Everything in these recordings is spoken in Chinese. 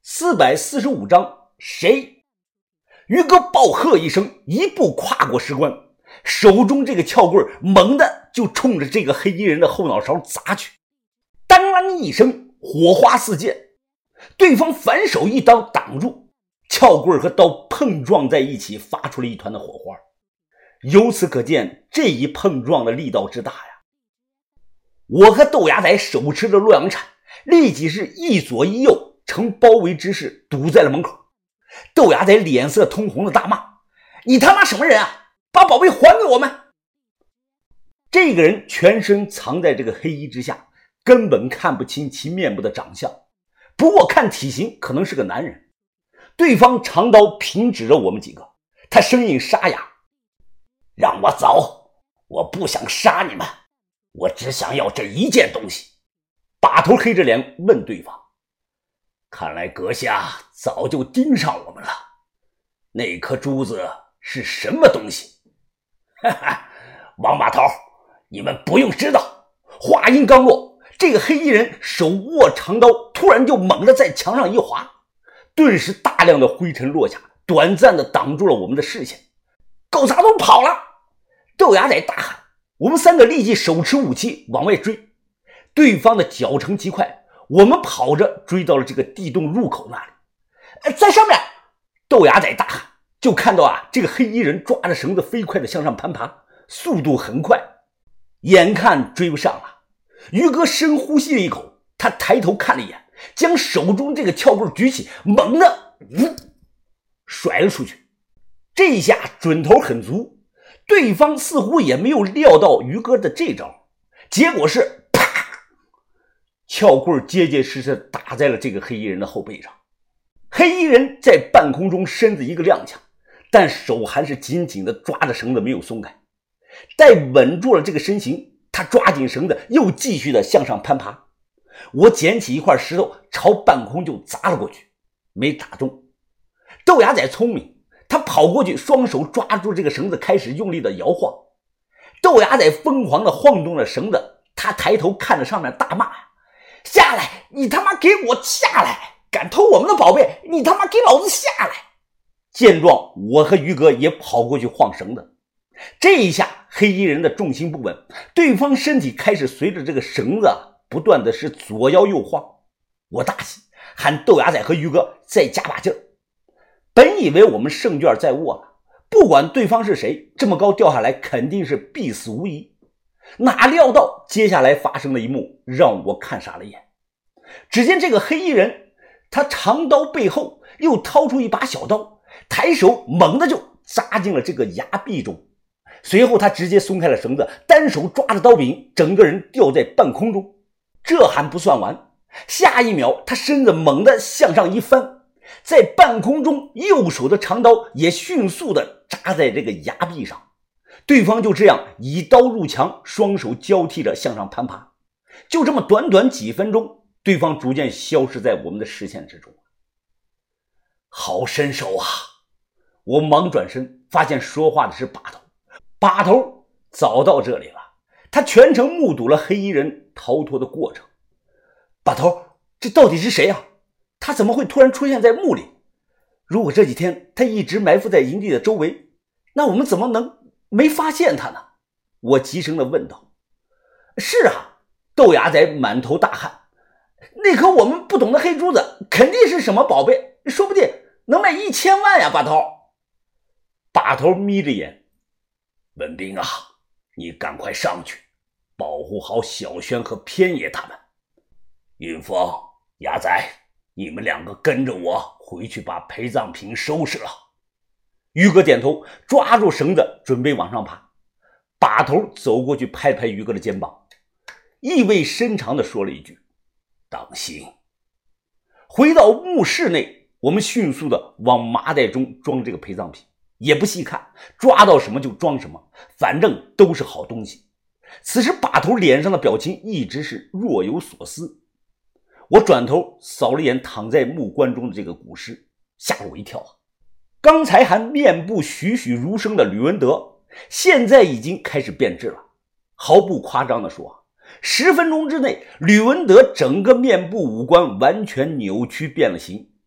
445章谁？于哥暴喝一声，一步跨过石棺，手中这个撬棍猛地就冲着这个黑衣人的后脑勺砸去。当啷一声，火花四溅，对方反手一刀挡住，撬棍和刀碰撞在一起，发出了一团的火花。由此可见，这一碰撞的力道之大呀！我和豆芽仔手持着洛阳铲，立即是一左一右呈包围之势堵在了门口。豆芽仔脸色通红的大骂：“你他妈什么人啊？把宝贝还给我们！”这个人全身藏在这个黑衣之下，根本看不清其面部的长相，不过看体型可能是个男人。对方长刀平指着我们几个，他声音沙哑：“让我走，我不想杀你们，我只想要这一件东西。”把头黑着脸问对方：“看来阁下早就盯上我们了，那颗珠子是什么东西？”哈哈，王把头，你们不用知道。话音刚落，这个黑衣人手握长刀，突然就猛地在墙上一划，顿时大量的灰尘落下，短暂的挡住了我们的视线。狗杂都跑了！豆芽仔大喊，我们三个立即手持武器往外追。对方的脚程极快，我们跑着追到了这个地洞入口那里。在上面！豆芽仔大喊，就看到这个黑衣人抓着绳子飞快的向上攀爬，速度很快，眼看追不上了。于哥深呼吸了一口，他抬头看了一眼，将手中这个撬棍举起，猛地甩了出去。这一下准头很足，对方似乎也没有料到于哥的这招，结果是啪，撬棍结结实实打在了这个黑衣人的后背上。黑衣人在半空中身子一个踉跄，但手还是紧紧地抓着绳子没有松开。待稳住了这个身形，他抓紧绳子又继续的向上攀爬。我捡起一块石头朝半空就砸了过去，没打中。豆芽仔聪明，他跑过去双手抓住这个绳子开始用力的摇晃。豆芽仔疯狂的晃动了绳子，他抬头看着上面大骂：“下来，你他妈给我下来！敢偷我们的宝贝，你他妈给老子下来！”见状，我和于哥也跑过去晃绳子。这一下黑衣人的重心不稳，对方身体开始随着这个绳子不断的是左摇右晃。我大喜，喊豆芽仔和于哥再加把劲儿。本以为我们胜券在握了，不管对方是谁，这么高掉下来肯定是必死无疑。哪料到接下来发生的一幕让我看傻了眼。只见这个黑衣人，他长刀背后又掏出一把小刀，抬手猛地就扎进了这个崖壁中。随后他直接松开了绳子，单手抓着刀柄，整个人吊在半空中。这还不算完，下一秒他身子猛地向上一翻，在半空中右手的长刀也迅速地扎在这个崖壁上。对方就这样以刀入墙，双手交替着向上攀爬。就这么短短几分钟，对方逐渐消失在我们的视线之中。好身手啊！我忙转身，发现说话的是把头。把头早到这里了，他全程目睹了黑衣人逃脱的过程。把头，这到底是谁啊？他怎么会突然出现在墓里？如果这几天他一直埋伏在营地的周围，那我们怎么能没发现他呢？我急声地问道。是啊，豆芽仔满头大汗，那颗我们不懂的黑珠子肯定是什么宝贝，说不定能卖1000万呀，把头。把头眯着眼，文斌啊，你赶快上去，保护好小轩和偏爷他们。云峰、牙仔，你们两个跟着我回去把陪葬品收拾了。于哥点头，抓住绳子准备往上爬。把头走过去拍拍于哥的肩膀，意味深长地说了一句：“当心。”回到墓室内，我们迅速地往麻袋中装这个陪葬品，也不细看，抓到什么就装什么，反正都是好东西。此时把头脸上的表情一直是若有所思。我转头扫了眼躺在木棺中的这个古尸，吓了我一跳啊！刚才还面部栩栩如生的吕文德，现在已经开始变质了。毫不夸张地说，10分钟之内，吕文德整个面部五官完全扭曲变了形。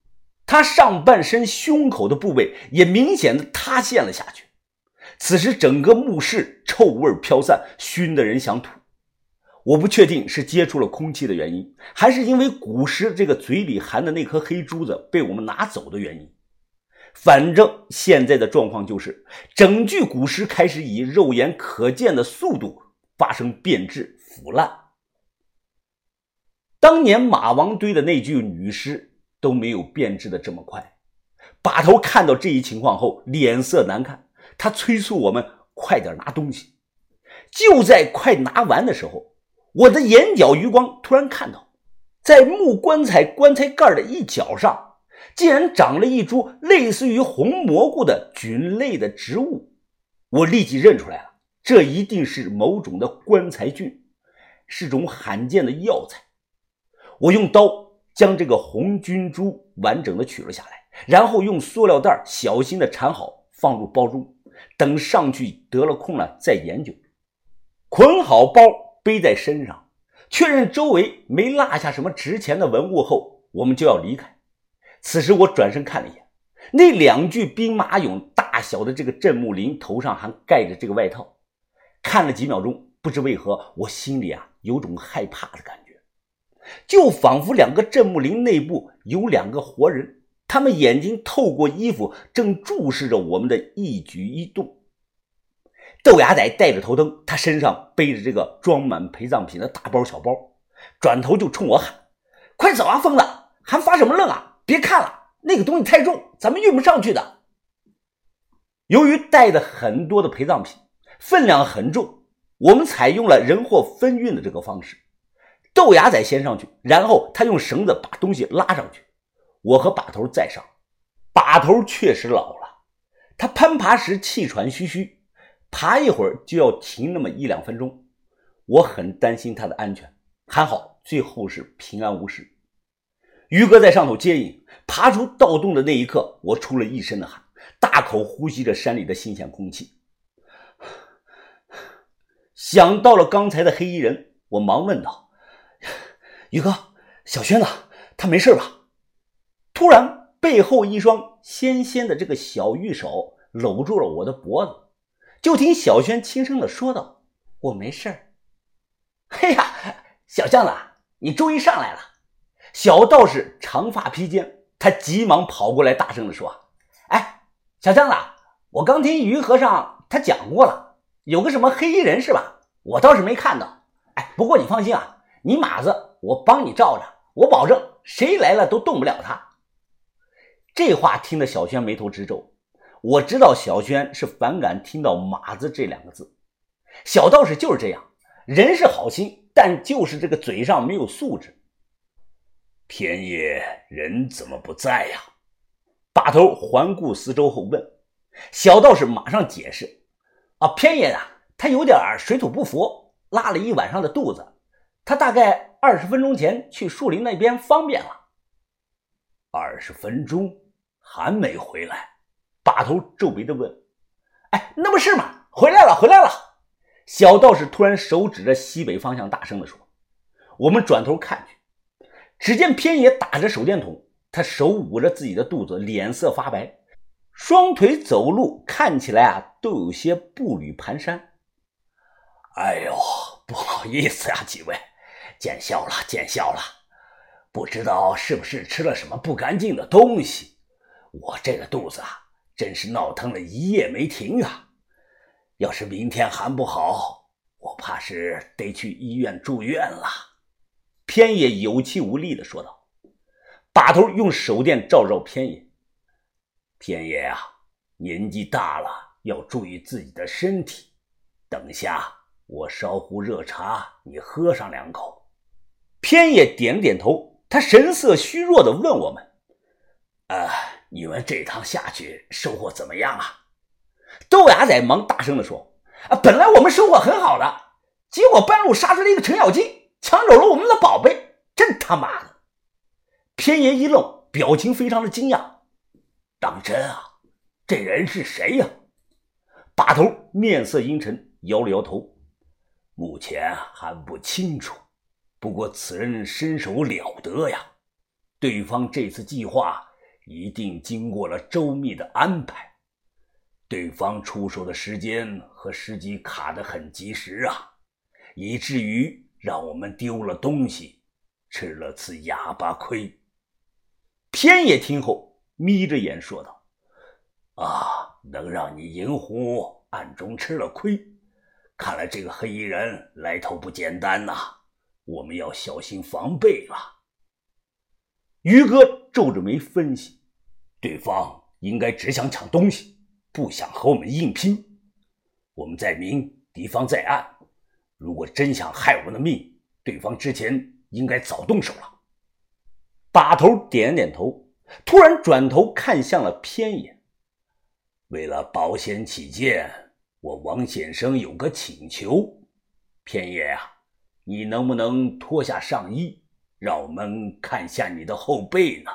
他上半身胸口的部位也明显的塌陷了下去。此时整个墓室臭味飘散，熏得人想吐。我不确定是接触了空气的原因，还是因为古尸这个嘴里含的那颗黑珠子被我们拿走的原因。反正现在的状况就是，整具古尸开始以肉眼可见的速度发生变质腐烂。当年马王堆的那具女尸都没有变质的这么快。把头看到这一情况后脸色难看，他催促我们快点拿东西。就在快拿完的时候，我的眼角余光突然看到，在木棺材棺材盖的一角上竟然长了一株类似于红蘑菇的菌类的植物。我立即认出来了，这一定是某种的棺材菌，是种罕见的药材。我用刀将这个红菌株完整的取了下来，然后用塑料袋小心的缠好，放入包中，等上去得了空了再研究。捆好包背在身上，确认周围没落下什么值钱的文物后，我们就要离开。此时我转身看了一眼，那2具兵马俑大小的这个镇墓陵头上还盖着这个外套。看了几秒钟，不知为何我心里有种害怕的感觉，就仿佛2个镇墓陵内部有2个活人，他们眼睛透过衣服正注视着我们的一举一动。豆芽仔带着头灯，他身上背着这个装满陪葬品的大包小包，转头就冲我喊：快走啊疯子，还发什么愣啊，别看了，那个东西太重，咱们运不上去的。由于带的很多的陪葬品分量很重，我们采用了人货分运的这个方式。豆芽仔先上去，然后他用绳子把东西拉上去，我和把头再上。把头确实老了，他攀爬时气喘吁吁，爬一会儿就要停那么1-2分钟，我很担心他的安全，还好最后是平安无事。于哥在上头接应，爬出盗洞的那一刻，我出了一身的汗，大口呼吸着山里的新鲜空气。想到了刚才的黑衣人，我忙问道：于哥，小轩呢？他没事吧？突然背后一双纤纤的这个小玉手搂住了我的脖子，就听小轩轻声地说道：我没事。嘿呀，小将子，你终于上来了。小道士长发披肩，他急忙跑过来大声地说：哎，小将子，我刚听于和尚他讲过了，有个什么黑衣人是吧？我倒是没看到。哎，不过你放心啊，你马子我帮你罩着，我保证谁来了都动不了他。这话听得小轩眉头直皱，我知道小轩是反感听到马子这2个字。小道士就是这样，人是好心，但就是这个嘴上没有素质。 偏爷人怎么不在呀？ 把头环顾四周后问。小道士马上解释：偏爷他有点水土不服，拉了一晚上的肚子，他大概20分钟前去树林那边方便了。 20分钟还没回来？ 把头皱眉地问。哎，那不是吗？回来了，回来了！小道士突然手指着西北方向大声地说。我们转头看去，只见偏爷打着手电筒，他手捂着自己的肚子，脸色发白，双腿走路看起来都有些步履蹒跚。 哎呦，不好意思呀，几位，见笑了，见笑了。不知道是不是吃了什么不干净的东西，我这个肚子真是闹腾了一夜没停啊。要是明天还不好，我怕是得去医院住院了。 偏爷有气无力地说道。把头用手电照照偏爷。 偏爷年纪大了，要注意自己的身体。等下我烧壶热茶，你喝上2口。 偏爷点点头，他神色虚弱地问我们： 你们这趟下去收获怎么样啊？ 豆芽仔忙大声地说：本来我们收获很好的，结果半路杀出了一个程咬金，抢走了我们的宝贝，真他妈的！偏爷一愣，表情非常的惊讶。 当真啊？这人是谁呀？ 把头面色阴沉，摇了摇头。 目前还不清楚，不过此人身手了得呀。对方这次计划一定经过了周密的安排。对方出手的时间和时机卡得很及时啊，以至于让我们丢了东西，吃了次哑巴亏。 偏爷听后眯着眼说道： 能让你银狐暗中吃了亏，看来这个黑衣人来头不简单呐，我们要小心防备了。 于哥皱着眉分析， 对方应该只想抢东西，不想和我们硬拼。我们在明，敌方在暗，如果真想害我们的命，对方之前应该早动手了。 把头点点头，突然转头看向了偏爷。 为了保险起见，我王先生有个请求，偏爷啊，你能不能脱下上衣，让我们看下你的后背呢？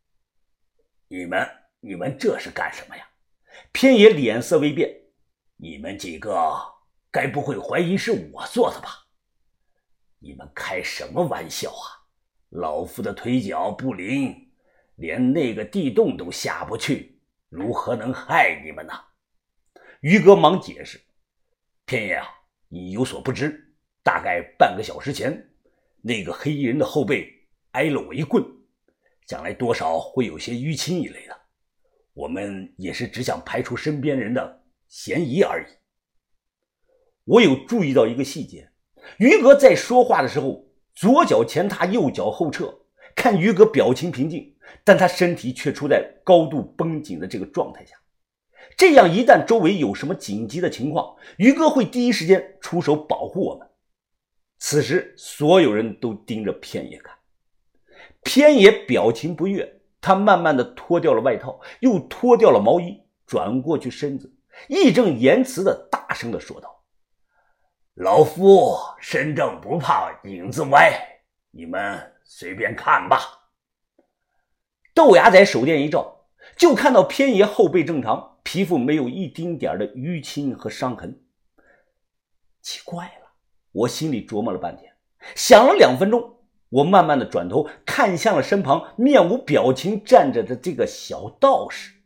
你们这是干什么呀？ 偏爷脸色微变， 你们几个该不会怀疑是我做的吧？你们开什么玩笑啊？老夫的腿脚不灵，连那个地洞都下不去，如何能害你们呢？ 于哥忙解释， 偏爷啊，你有所不知，大概半个小时前，那个黑衣人的后背挨了我一棍，想来多少会有些淤青一类的，我们也是只想排除身边人的嫌疑而已。 我有注意到一个细节，于哥在说话的时候，左脚前踏，右脚后撤，看于哥表情平静，但他身体却处在高度绷紧的这个状态下。这样一旦周围有什么紧急的情况，于哥会第一时间出手保护我们。此时所有人都盯着偏爷看，偏爷表情不悦，他慢慢的脱掉了外套，又脱掉了毛衣，转过去身子，义正言辞的大声的说道： 老夫身正不怕影子歪，你们随便看吧。 豆芽仔手电一照，就看到偏爷后背正常，皮肤没有一丁点的淤青和伤痕。奇怪了，我心里琢磨了半天，想了2分钟，我慢慢的转头看向了身旁面无表情站着的这个小道士。